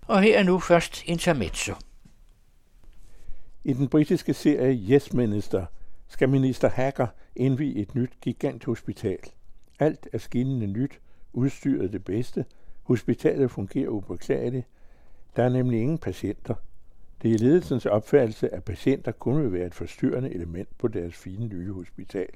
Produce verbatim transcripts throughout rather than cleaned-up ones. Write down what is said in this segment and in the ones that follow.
Og her er nu først intermezzo. I den britiske serie Yes Minister skal minister Hacker indvie et nyt giganthospital. Alt er skinnende nyt, udstyret det bedste, hospitalet fungerer upåklageligt. Der er nemlig ingen patienter. Det er ledelsens opfattelse, at patienter kun vil være et forstyrrende element på deres fine nye hospital.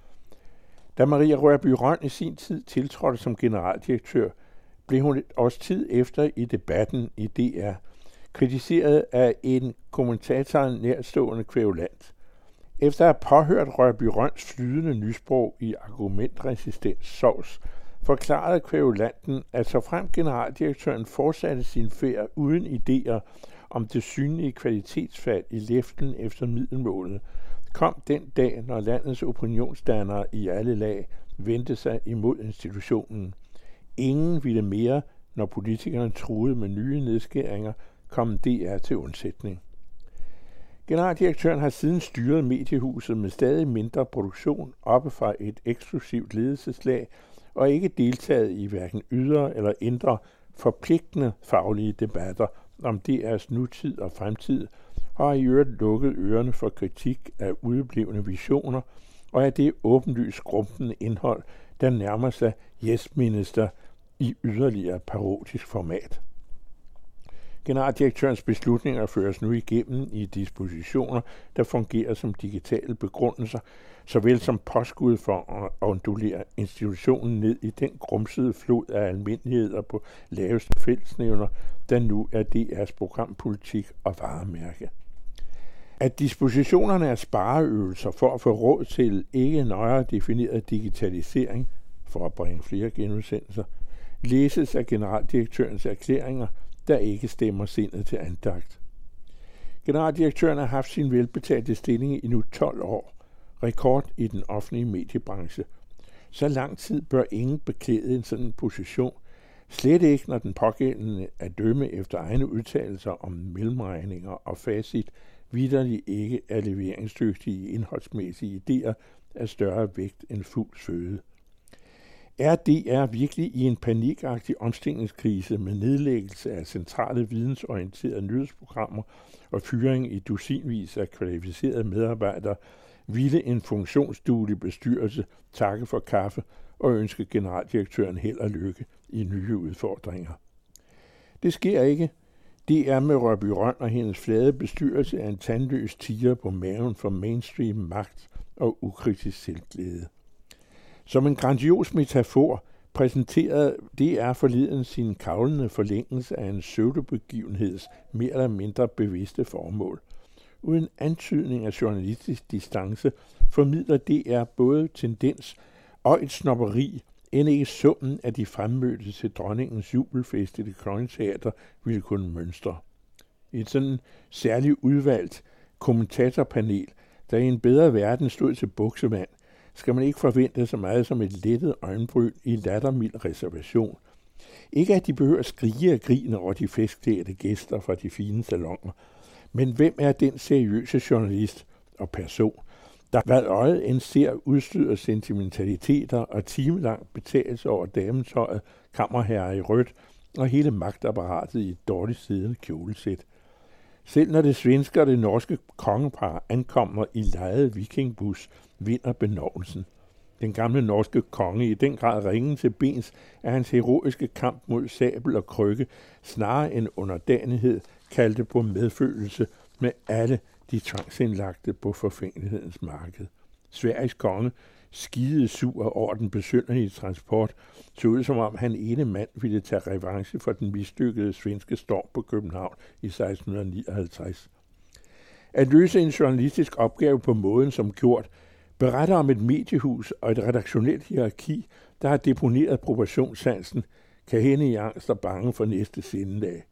Da Maria Rørbye Rønn i sin tid tiltrådte som generaldirektør, blev hun et års tid efter i debatten i D R kritiseret af en kommentatoren nærstående kværulant. Efter at have påhørt Rørbye Rønns flydende nysprog i argumentresistent sovs, forklarede kværulanten, at såfremt generaldirektøren fortsatte sin færd uden idéer om det synlige kvalitetsfald i leften efter middelmålet, kom den dag, når landets opinionsdannere i alle lag vendte sig imod institutionen. Ingen ville mere, når politikerne truede med nye nedskæringer, kom D R til undsætning. Generaldirektøren har siden styret mediehuset med stadig mindre produktion oppe fra et eksklusivt ledelseslag og ikke deltaget i hverken ydre eller indre forpligtende faglige debatter om D R's nutid og fremtid, og har i øvrigt lukket ørerne for kritik af udeblevne visioner og af det åbenlyst skrumpende indhold, der nærmer sig Yes Minister i yderligere parodisk format. Generaldirektørens beslutninger føres nu igennem i dispositioner, der fungerer som digitale begrundelser, såvel som påskud for at ondulere institutionen ned i den grumsede flod af almindeligheder på laveste fællesnævner, der nu er D R's programpolitik og varemærke. At dispositionerne er spareøvelser for at få råd til ikke nøjere defineret digitalisering, for at bringe flere genudsendelser, læses af generaldirektørens erklæringer, der ikke stemmer sindet til andagt. Generaldirektøren har haft sin velbetalte stilling i nu tolv år, rekord i den offentlige mediebranche. Så lang tid bør ingen beklæde en sådan position, slet ikke når den pågældende er dømme efter egne udtalelser om mellemregninger og facit, vitterligt ikke er leveringsdygtige indholdsmæssige idéer af større vægt end fugls føde. Er D R virkelig i en panikagtig omstillingskrise med nedlæggelse af centrale vidensorienterede nyhedsprogrammer og fyring i dusinvis af kvalificerede medarbejdere, ville en funktionsduelig bestyrelse takke for kaffe og ønske generaldirektøren held og lykke i nye udfordringer. Det sker ikke. D R med Rørbye Rønn og hendes flade bestyrelse er en tandløs tiger på maven for mainstream magt og ukritisk selvglæde. Som en grandios metafor præsenterede D R forleden sin kavlende forlængelse af en pseudobegivenheds mere eller mindre bevidste formål. Uden antydning af journalistisk distance formidler D R både tendens og et snobberi, end ikke summen af de fremmødte til dronningens jubelfest i Det Kongelige Teater ville kunne mønstre. I et sådan særligt udvalgt kommentatorpanel, der i en bedre verden stod til buksevand, skal man ikke forvente så meget som et lettet øjenbryn i lattermild reservation. Ikke at de behøver skrige og grine over de festklædte gæster fra de fine salonger, men hvem er den seriøse journalist og person, der hvad øjet end ser udstyret sentimentaliteter og timelang betagelse over dametøjet, kammerherre i rødt og hele magtapparatet i et dårligt siddende kjolesæt. Selv når det svenske og det norske kongepar ankommer i lejet vikingbus, vinder benovlelsen. Den gamle norske konge i den grad ringen til bens af hans heroiske kamp mod sabel og krykke, snarere end underdanighed, kaldte på medfølelse med alle de tvangsindlagte på forfængelighedens marked. Sveriges konge, skidede sur over den besynderlige transport, så ud som om han ene mand ville tage revanche for den mislykkede svenske storm på København i seksten nioghalvtreds. At løse en journalistisk opgave på måden som gjort, beretter om et mediehus og et redaktionelt hierarki, der har deponeret proportionssansen, kan hende i angst og bange for næste sindelag.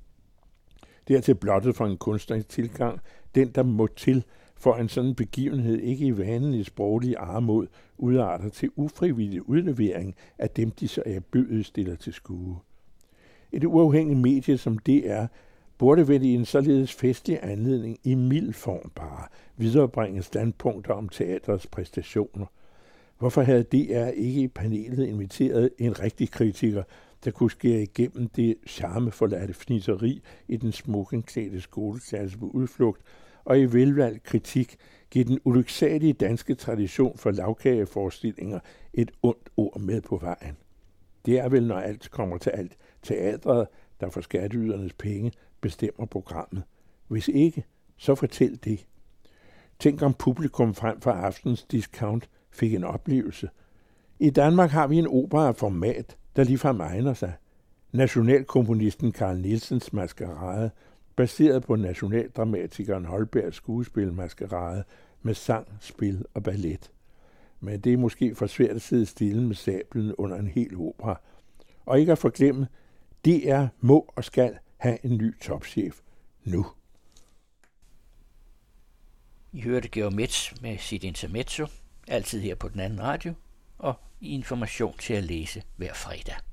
Dertil blottet for en kunstnerisk tilgang, den der må til, for en sådan begivenhed ikke i vanlig sproglig armod udarter til ufrivillig udlevering af dem, de så erbødigt stiller til skue. Et uafhængigt medie som D R burde vel i en således festlig anledning i mild form bare viderebringe standpunkter om teatrets præstationer. Hvorfor havde D R ikke i panelet inviteret en rigtig kritiker, der kunne skære igennem det charmeforladte fniseri i den smokingklædte skoleklasse på udflugt, og i velvalgt kritik give den ulyksalige danske tradition for lavkageforestillinger et ondt ord med på vejen. Det er vel, når alt kommer til alt, teatret, der for skatteydernes penge bestemmer programmet. Hvis ikke, så fortæl det. Tænk om publikum frem for aftens discount fik en oplevelse. I Danmark har vi en opera af format, der ligefrem egner sig. Nationalkomponisten Carl Nielsens Maskerade, baseret på nationaldramatikeren Holbergs skuespil Maskerade, med sang, spil og ballet. Men det er måske for svært at sidde stille med sablen under en hel opera. Og ikke at forglemme, D R må og skal have en ny topchef nu. I hørte Georg Metz med sit intermezzo, altid her på den anden radio, og i Information til at læse hver fredag.